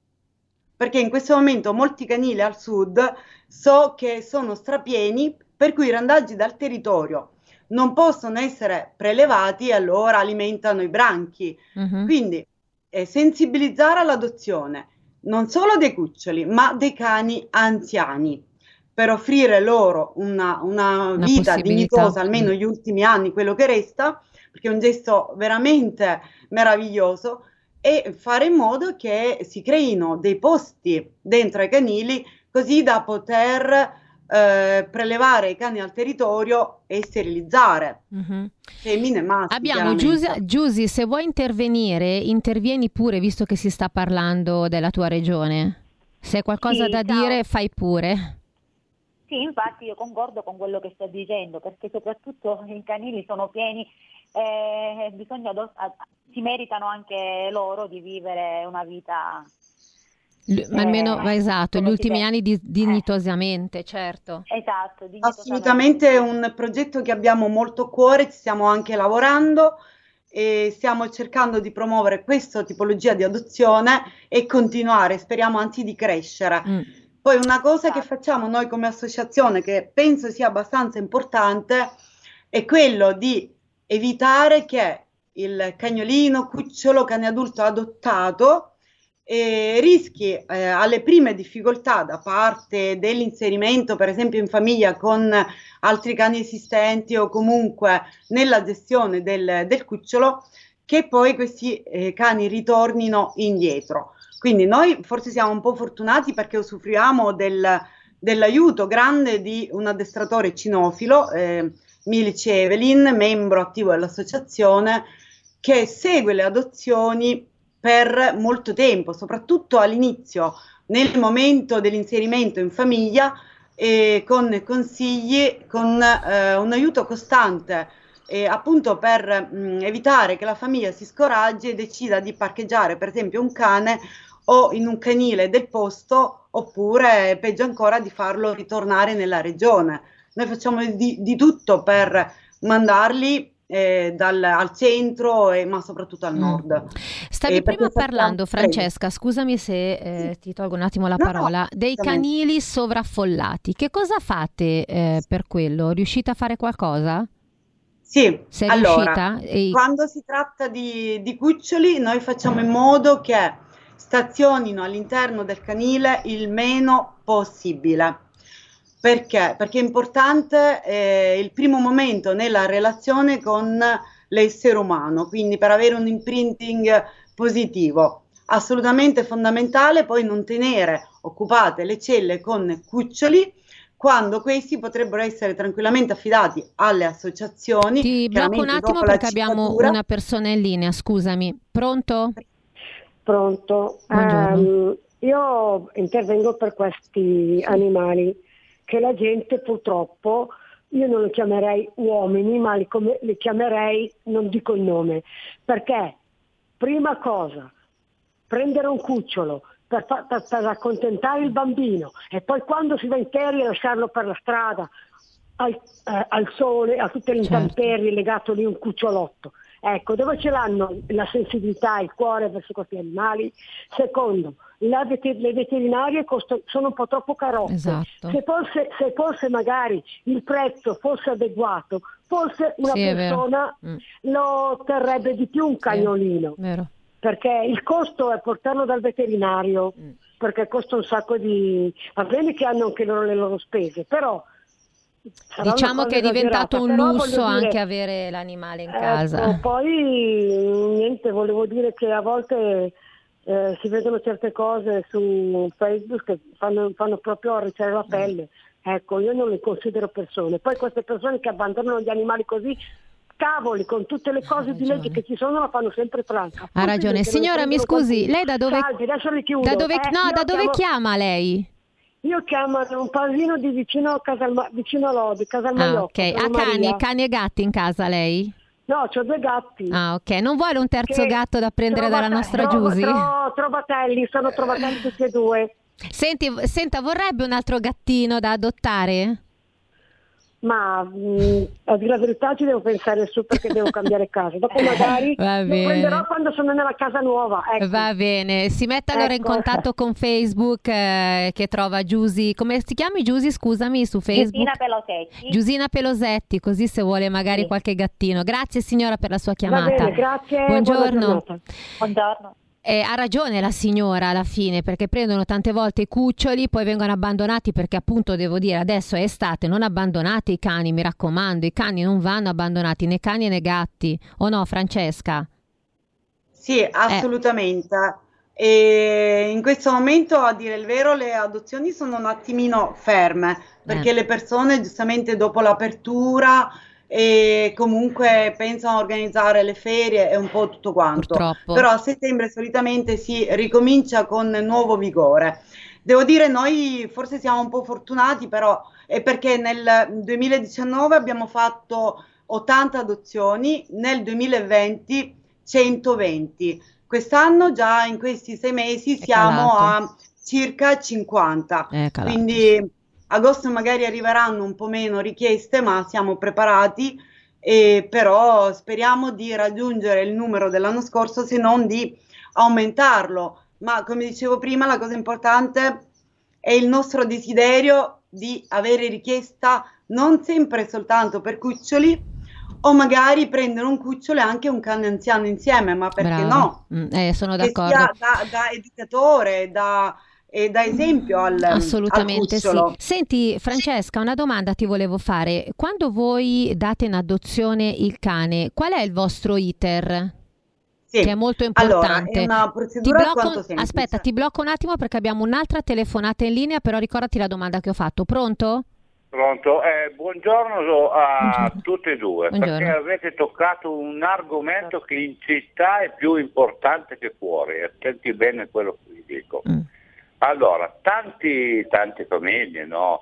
Perché in questo momento molti canili al sud so che sono strapieni, per cui i randaggi dal territorio non possono essere prelevati e allora alimentano i branchi. Mhm. Quindi eh, sensibilizzare all'adozione non solo dei cuccioli, ma dei cani anziani, per offrire loro una, una Una vita possibilità. dignitosa, almeno Mm. gli ultimi anni, quello che resta, perché è un gesto veramente meraviglioso, e fare in modo che si creino dei posti dentro ai canili così da poter eh, prelevare i cani al territorio e sterilizzare Mhm. femmine e maschi. Abbiamo chiaramente. Giusy, Giusy, se vuoi intervenire, intervieni pure, visto che si sta parlando della tua regione. Se hai qualcosa Sì, da ciao. dire, fai pure. Sì, infatti io concordo con quello che sta dicendo, perché soprattutto i canili sono pieni e bisogna do- a- si meritano anche loro di vivere una vita. L- Eh, almeno, esatto, gli come si ultimi deve. anni di- Eh. dignitosamente, certo. Esatto, dignitosamente. Assolutamente è un progetto che abbiamo molto a cuore, ci stiamo anche lavorando e stiamo cercando di promuovere questa tipologia di adozione e continuare, speriamo anzi di crescere. Mm. Poi una cosa che facciamo noi come associazione, che penso sia abbastanza importante, è quello di evitare che il cagnolino, cucciolo, cane adulto adottato eh, rischi eh, alle prime difficoltà da parte dell'inserimento, per esempio in famiglia con altri cani esistenti o comunque nella gestione del, del cucciolo, che poi questi eh, cani ritornino indietro. Quindi noi forse siamo un po' fortunati perché usufruiamo del, dell'aiuto grande di un addestratore cinofilo, eh, Milici Evelyn, membro attivo dell'associazione, che segue le adozioni per molto tempo, soprattutto all'inizio, nel momento dell'inserimento in famiglia, e con consigli, con eh, un aiuto costante, eh, appunto per mh, evitare che la famiglia si scoraggi e decida di parcheggiare per esempio un cane o in un canile del posto, oppure peggio ancora di farlo ritornare nella regione. Noi facciamo di, di tutto per mandarli eh, dal, al centro, e, ma soprattutto al nord. Stavi eh, prima sappiamo, parlando, prego. Francesca, scusami se eh, Sì. ti tolgo un attimo la No, parola, no, dei assolutamente. canili sovraffollati. Che cosa fate eh, per quello? Riuscite a fare qualcosa? Sì, Sei allora, riuscita? E- quando si tratta di, di cuccioli, noi facciamo in modo che stazionino all'interno del canile il meno possibile. Perché? Perché è importante eh, il primo momento nella relazione con l'essere umano, quindi per avere un imprinting positivo. Assolutamente fondamentale poi non tenere occupate le celle con cuccioli, quando questi potrebbero essere tranquillamente affidati alle associazioni. Ti blocco un chiaramente attimo dopo la perché abbiamo cicatura. una persona in linea, scusami. Pronto? Pronto. Buongiorno. Ehm, io intervengo per questi animali che la gente purtroppo, io non li chiamerei uomini, ma li, come, li chiamerei, non dico il nome, perché prima cosa, prendere un cucciolo per, fa- per, per accontentare il bambino e poi quando si va in ferie lasciarlo per la strada al, eh, al sole, a tutte le intemperie, legato lì un cucciolotto. Ecco, dove ce l'hanno la sensibilità, il cuore verso questi animali? Secondo, la veter- le veterinarie costo- sono un po' troppo carotte. Esatto. Se fosse, se fosse magari il prezzo fosse adeguato, forse una Sì, è vero. persona Mm. lo terrebbe di più un cagnolino. Vero. Perché il costo è portarlo dal veterinario, Mm. perché costa un sacco di... va bene che hanno anche loro le loro spese, però... sarà una Diciamo cosa che è diventato esagerata, un però lusso voglio dire- anche avere l'animale in Ecco, casa. poi niente, volevo dire che a volte eh, si vedono certe cose su Facebook che fanno, fanno proprio arricciare la pelle. Ecco, io non le considero persone. Poi queste persone che abbandonano gli animali così, cavoli, con tutte le cose di legge che ci sono, la fanno sempre franca. Ha ragione. Signora, mi scusi, lei da dove, Salvi, adesso le chiudo. da dove, Eh, no, io da dove chiamo- chiama lei? Io chiamo da un paesino di vicino a Casalma- vicino a Lodi, Ah, Casalmaiocco. ok. sono Ha cani, Maria. cani e gatti in casa lei? No, c'ho due gatti. Ah, ok. Non vuole un terzo Che gatto da prendere trovata- dalla nostra tro- Giusy? tro- trovatelli, sono trovatelli tutti e due. Senti, senta, vorrebbe un altro gattino da adottare? Ma mh, a dire la verità ci devo pensare su perché devo cambiare casa. Dopo magari Va lo bene. prenderò quando sono nella casa nuova. Ecco. Va bene, si mette allora in Ecco. contatto con Facebook eh, che trova Giusy. Come ti chiami Giusy? Scusami, su Facebook. Giusina Pelosetti. Giusina Pelosetti, così se vuole magari Sì. qualche gattino. Grazie signora per la sua Va chiamata. bene, grazie. Buona Buongiorno. giornata. Buongiorno. Eh, ha ragione la signora alla fine, perché prendono tante volte i cuccioli, poi vengono abbandonati, perché appunto devo dire adesso è estate, non abbandonate i cani, mi raccomando, i cani non vanno abbandonati, né cani né gatti, o no Francesca? Sì, assolutamente. E in questo momento, a dire il vero, le adozioni sono un attimino ferme, perché Eh. le persone giustamente dopo l'apertura e comunque pensano a organizzare le ferie e un po' tutto quanto. Purtroppo. Però a settembre solitamente si ricomincia con nuovo vigore. Devo dire, noi forse siamo un po' fortunati, però è perché nel duemiladiciannove abbiamo fatto ottanta adozioni, nel duemilaventi centoventi. Quest'anno già in questi sei mesi È siamo calato. a circa cinquanta. È calato. Quindi agosto magari arriveranno un po' meno richieste, ma siamo preparati, e però speriamo di raggiungere il numero dell'anno scorso, se non di aumentarlo. Ma come dicevo prima, la cosa importante è il nostro desiderio di avere richiesta non sempre soltanto per cuccioli, o magari prendere un cucciolo e anche un cane anziano insieme, ma perché Brava. no? Mm, eh, sono Che d'accordo. sia da, da educatore, da, e da esempio al, Assolutamente al sì. cucciolo. Senti Francesca, una domanda ti volevo fare. Quando voi date in adozione il cane, qual è il vostro iter? Sì. Che è molto Allora, importante. è una Ti procedura blocco- alquanto semplice. aspetta, ti blocco un attimo perché abbiamo un'altra telefonata in linea, però ricordati la domanda che ho fatto. Pronto? Pronto? Eh, buongiorno a Buongiorno. tutti e due, Buongiorno. perché avete toccato un argomento che in città è più importante che fuori, attenti bene a quello che vi dico. Mm. Allora, tanti, tante famiglie, no,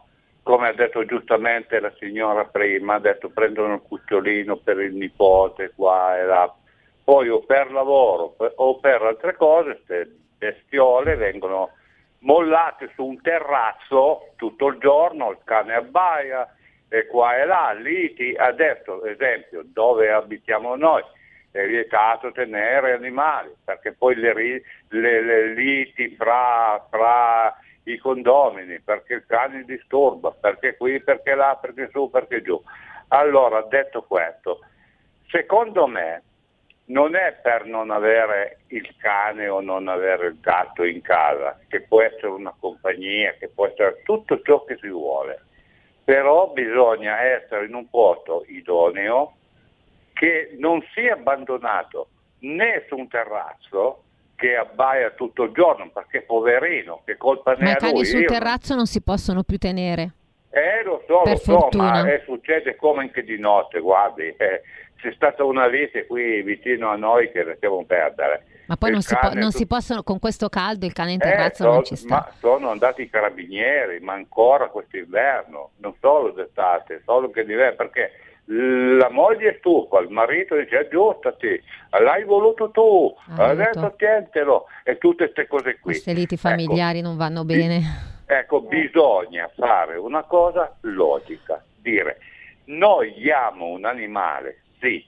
come ha detto giustamente la signora prima, ha detto prendono il cucciolino per il nipote qua e là, poi o per lavoro o per altre cose, queste bestiole vengono mollate su un terrazzo tutto il giorno, il cane abbaia e qua e là, liti. Adesso, esempio, dove abitiamo noi è vietato tenere animali, perché poi le, le, le liti fra, fra i condomini, perché il cane disturba, perché qui, perché là, perché su, perché giù. Allora, detto questo, secondo me non è per non avere il cane o non avere il gatto in casa, che può essere una compagnia, che può essere tutto ciò che si vuole, però bisogna essere in un posto idoneo, che non sia abbandonato né su un terrazzo che abbaia tutto il giorno, perché poverino, che colpa ne Ma ha i cani lui? sul Io terrazzo non si possono più tenere. Eh, lo so, per lo so, fortuna. ma eh, succede come anche di notte, guardi, eh, c'è stata una lite qui vicino a noi che lasciamo perdere. Ma poi Il non, si, po- cane non tu- si possono, con questo caldo il cane in Eh, terrazzo so- non ci sta. ma sono andati i carabinieri, ma ancora quest'inverno, non solo d'estate, solo che d'inverno, perché la moglie è stufa, il marito dice aggiustati, l'hai voluto tu, Aiuto. adesso tientelo, e tutte queste cose qui. Queste liti Ecco, familiari non vanno bene. Ecco, bisogna fare una cosa logica, dire noi diamo un animale, sì,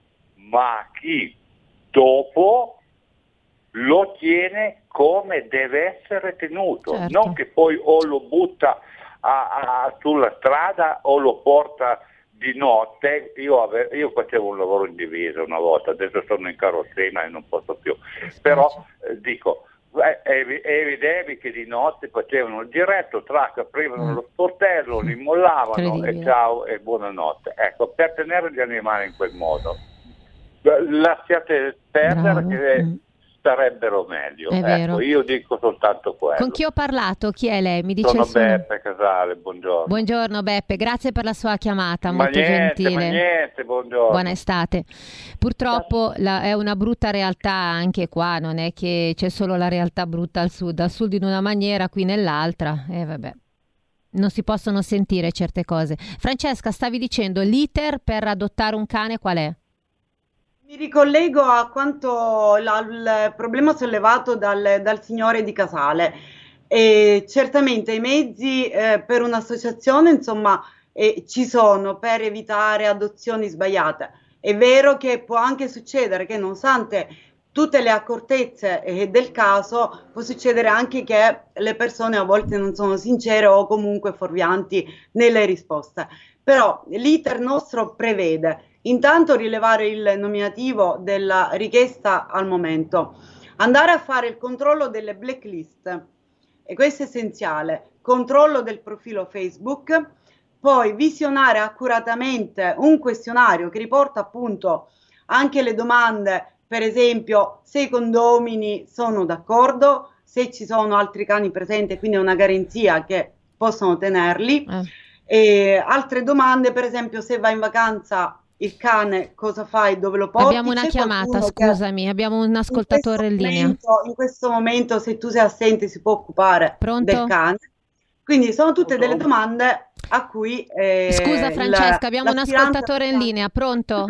ma chi dopo lo tiene come deve essere tenuto, Certo. non che poi o lo butta a, a, sulla strada o lo porta di notte. Io, ave, io facevo un lavoro in divisa una volta, adesso sono in carrozzina e non posso più, però eh, dico, evidevi che di notte facevano il giretto, trac, aprivano Mm. lo sportello, li mollavano e Incredibile. ciao e buonanotte. Ecco, per tenere gli animali in quel modo lasciate perdere Bravo. che Mm. starebbero meglio. È Ecco, vero. io dico soltanto quello. Con chi ho parlato? Chi è lei? Mi dice Sono il suo nome. Beppe Casale, buongiorno. Buongiorno Beppe, grazie per la sua chiamata, ma molto niente, gentile. ma niente, buongiorno. Buona estate. Purtroppo la- è una brutta realtà anche qua, non è che c'è solo la realtà brutta al sud, al sud in una maniera, qui nell'altra, e vabbè. Non si possono sentire certe cose. Francesca, stavi dicendo l'iter per adottare un cane qual è? Mi ricollego a quanto la- il problema sollevato dal, dal signore di Casale. E certamente i mezzi eh, per un'associazione, insomma, eh, ci sono per evitare adozioni sbagliate. È vero che può anche succedere che, nonostante tutte le accortezze eh, del caso, può succedere anche che le persone a volte non sono sincere o comunque fuorvianti nelle risposte. Però l'iter nostro prevede intanto rilevare il nominativo della richiesta al momento, andare a fare il controllo delle blacklist, e questo è essenziale, controllo del profilo Facebook, poi visionare accuratamente un questionario che riporta appunto anche le domande, per esempio se i condomini sono d'accordo, se ci sono altri cani presenti, quindi è una garanzia che possono tenerli, Eh. e altre domande, per esempio se vai in vacanza il cane cosa fai, dove lo porti? Abbiamo una C'è chiamata, qualcuno che scusami, abbiamo un ascoltatore in in questo linea. momento- in questo momento se tu sei assente si può occupare Pronto? del cane, quindi sono tutte delle domande a cui eh, Scusa il- Francesca, abbiamo un l'aspirante ascoltatore in linea, pronto?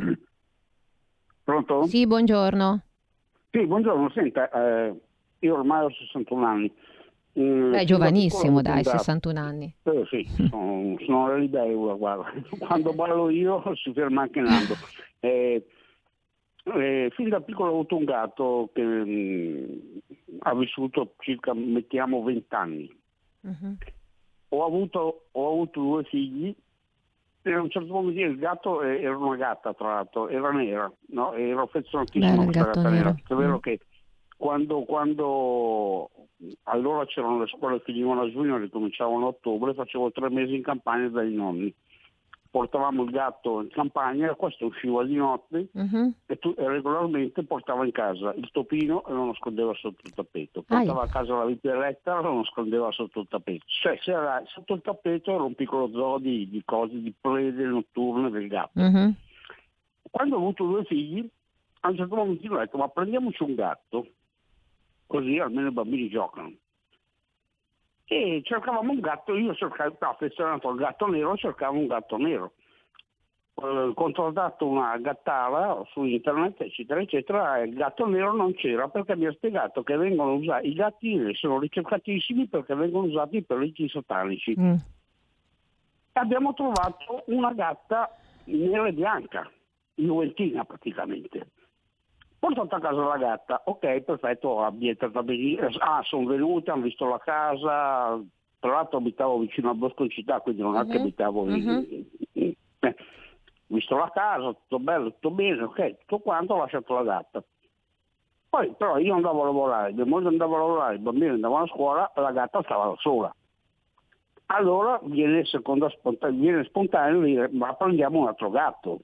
Pronto? Sì, buongiorno. Sì, buongiorno, senta, eh, io ormai ho sessantuno anni. Mm, Beh, fin da giovanissimo, piccolo ho dai, puntato- sessantuno anni. Eh, sì, sono, sono le libere, guarda. Quando ballo io si ferma anche Nando. Eh, eh, fin da piccolo ho avuto un gatto che mm, ha vissuto circa, mettiamo, vent'anni. Mhm. Ho avuto, ho avuto due figli e a un certo punto il gatto eh, era una gatta, tra l'altro, era nera, no? Ero affezionatissimo Bello a il questa gatto gatta nera. nero. È vero Mm. che quando, quando allora c'erano le scuole che finivano a giugno, ricominciavano a ottobre, facevo tre mesi in campagna dai nonni. Portavamo il gatto in campagna, questo usciva di notte Mhm. e, tu, e regolarmente portava in casa il topino e lo nascondeva sotto il tappeto. Portava Aia. a casa la vipelletta e lo nascondeva sotto il tappeto. Cioè, se era sotto il tappeto era un piccolo zoo di, di cose, di prede notturne del gatto. Mhm. Quando ho avuto due figli, a un certo momento ho detto, ma prendiamoci un gatto, così almeno i bambini giocano. e cercavamo un gatto, io cercavo, affezionato al gatto nero, cercavo un gatto nero. Ho contattato una gattara su internet, eccetera, eccetera, e il gatto nero non c'era perché mi ha spiegato che vengono usati, i gatti neri sono ricercatissimi perché vengono usati per riti satanici. Mm. Abbiamo trovato una gatta nera e bianca, juventina praticamente. Portato a casa la gatta, ok, perfetto, ambientata benissimo. Ah, sono venuti, hanno visto la casa, tra l'altro abitavo vicino al bosco in città, quindi non è uh-huh. che abitavo in... Uh-huh. in eh. Visto la casa, tutto bello, tutto bene, ok, tutto quanto, ho lasciato la gatta. Poi però io andavo a lavorare, mia moglie andava a lavorare, i bambini andavano a scuola, la gatta stava da sola. Allora viene, seconda spontaneo, viene spontaneo dire, ma prendiamo un altro gatto.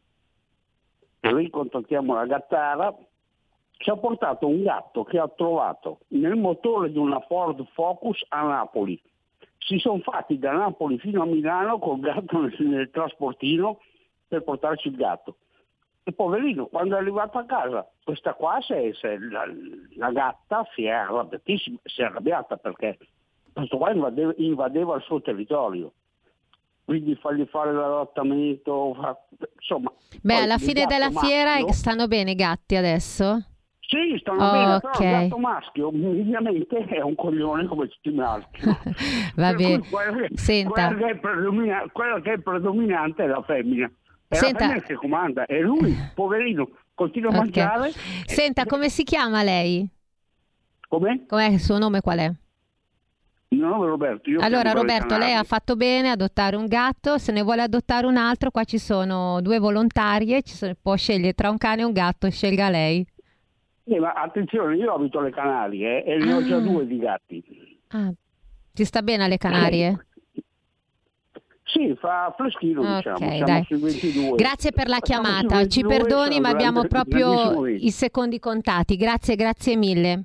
E lì contattiamo la gattara, ci ha portato un gatto che ha trovato nel motore di una Ford Focus a Napoli. Si sono fatti da Napoli fino a Milano col gatto nel, nel trasportino per portarci il gatto. E poverino, quando è arrivato a casa, questa qua si è, si è, la, la gatta si è arrabbiatissima, si è arrabbiata perché questo qua invadeva, invadeva il suo territorio. Quindi fargli fare l'adattamento, insomma. Beh, alla fine della maschio, fiera stanno bene i gatti adesso? Sì, stanno oh, bene, okay. Però il gatto maschio ovviamente è un coglione come tutti i maschi. Va bene, quella, senta. Quella che, è predomina- quella che è predominante è la femmina. È Senta. la femmina che comanda, e lui, poverino, continua a okay. mangiare. Senta, come si chiama lei? Come? Com'è il suo nome, qual è? Il mio nome è Roberto. Io allora Roberto, lei ha fatto bene ad adottare un gatto, se ne vuole adottare un altro, qua ci sono due volontarie, ci sono, può scegliere tra un cane e un gatto, scelga lei. Sì, ma attenzione, io abito alle Canarie eh, e ne ah. ho già due di gatti. Ah. Ti sta bene alle Canarie? Sì, fa freschino, okay, diciamo. Siamo dai. sui ventidue. Grazie per la chiamata, ci perdoni ma abbiamo proprio i secondi contati. Grazie, grazie mille.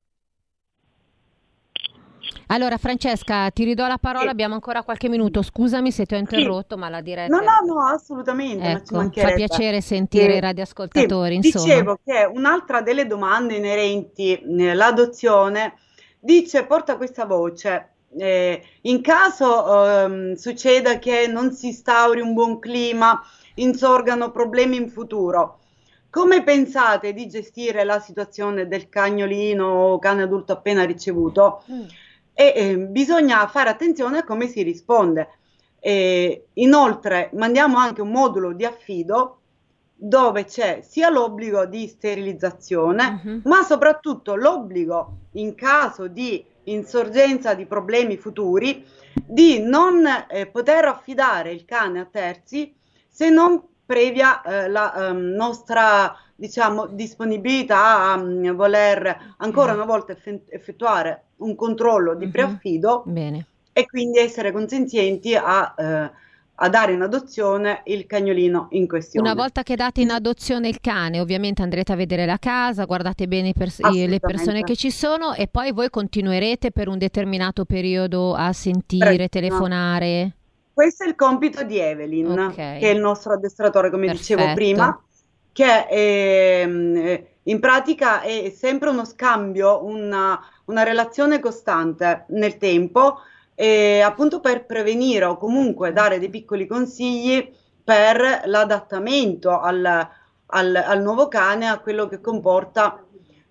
Allora Francesca, ti ridò la parola, sì. Abbiamo ancora qualche minuto, scusami se ti ho interrotto, sì. ma la diretta... No, no, no, assolutamente, ecco, fa piacere sentire sì. i radioascoltatori, sì. insomma. Dicevo che un'altra delle domande inerenti all'adozione dice, porta questa voce, eh, in caso eh, succeda che non si instauri un buon clima, insorgano problemi in futuro, come pensate di gestire la situazione del cagnolino o cane adulto appena ricevuto? Mm. E eh, bisogna fare attenzione a come si risponde. E, inoltre mandiamo anche un modulo di affido dove c'è sia l'obbligo di sterilizzazione, uh-huh. ma soprattutto l'obbligo, in caso di insorgenza di problemi futuri, di non eh, poter affidare il cane a terzi se non previa eh, la um, nostra, diciamo, disponibilità a um, voler ancora una volta eff- effettuare un controllo di preaffido mm-hmm. Bene. E quindi essere consenzienti a, eh, a dare in adozione il cagnolino in questione. Una volta che date in adozione il cane, ovviamente andrete a vedere la casa, guardate bene i pers- le persone che ci sono e poi voi continuerete per un determinato periodo a sentire, Prego. telefonare. Questo è il compito di Evelyn, okay. che è il nostro addestratore, come Perfetto. dicevo prima, che è, in pratica è sempre uno scambio, una, una relazione costante nel tempo, eh, appunto per prevenire o comunque dare dei piccoli consigli per l'adattamento al, al, al nuovo cane, a quello che comporta.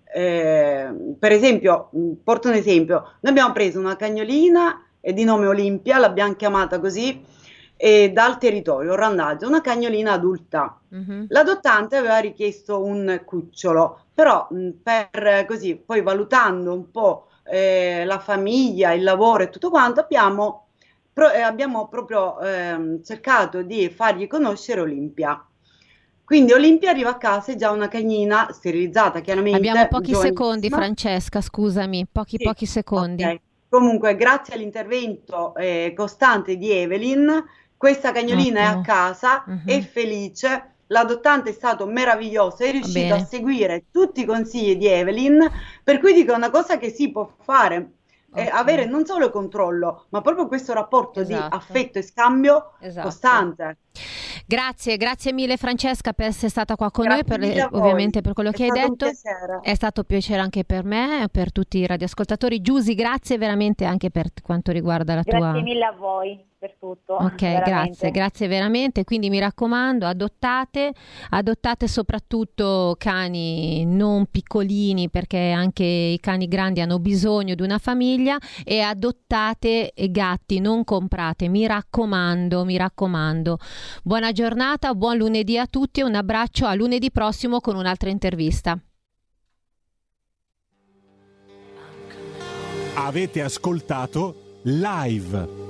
Eh, per esempio, porto un esempio, noi abbiamo preso una cagnolina è di nome Olimpia, l'abbiamo chiamata così, e dal territorio Randagio, una cagnolina adulta. Uh-huh. L'adottante aveva richiesto un cucciolo, però mh, per così, poi valutando un po' eh, la famiglia, il lavoro e tutto quanto, abbiamo, pro- eh, abbiamo proprio eh, cercato di fargli conoscere Olimpia. Quindi Olimpia arriva a casa, è già una cagnina sterilizzata, chiaramente. Abbiamo pochi secondi, Francesca, scusami, pochi sì. pochi secondi. Okay. Comunque, grazie all'intervento eh, costante di Evelyn, questa cagnolina Ottimo. è a casa, uh-huh. è felice, l'adottante è stato meraviglioso, è riuscito Bene. a seguire tutti i consigli di Evelyn, per cui dico una cosa che si può fare e Ok. avere non solo controllo, ma proprio questo rapporto di Esatto. affetto e scambio Esatto. costante. Grazie, grazie mille Francesca per essere stata qua con Grazie noi, per le- mille a voi. ovviamente per quello È che hai stato un detto. piacere. È stato un piacere anche per me, per tutti i radioascoltatori. Giusy, grazie veramente anche per quanto riguarda la tua... Grazie mille a voi per tutto. Ok, veramente. grazie, grazie veramente. Quindi mi raccomando, adottate, adottate soprattutto cani non piccolini, perché anche i cani grandi hanno bisogno di una famiglia, e adottate gatti, non comprate, mi raccomando, mi raccomando. Buona giornata, buon lunedì a tutti e un abbraccio a lunedì prossimo con un'altra intervista. Avete ascoltato Live.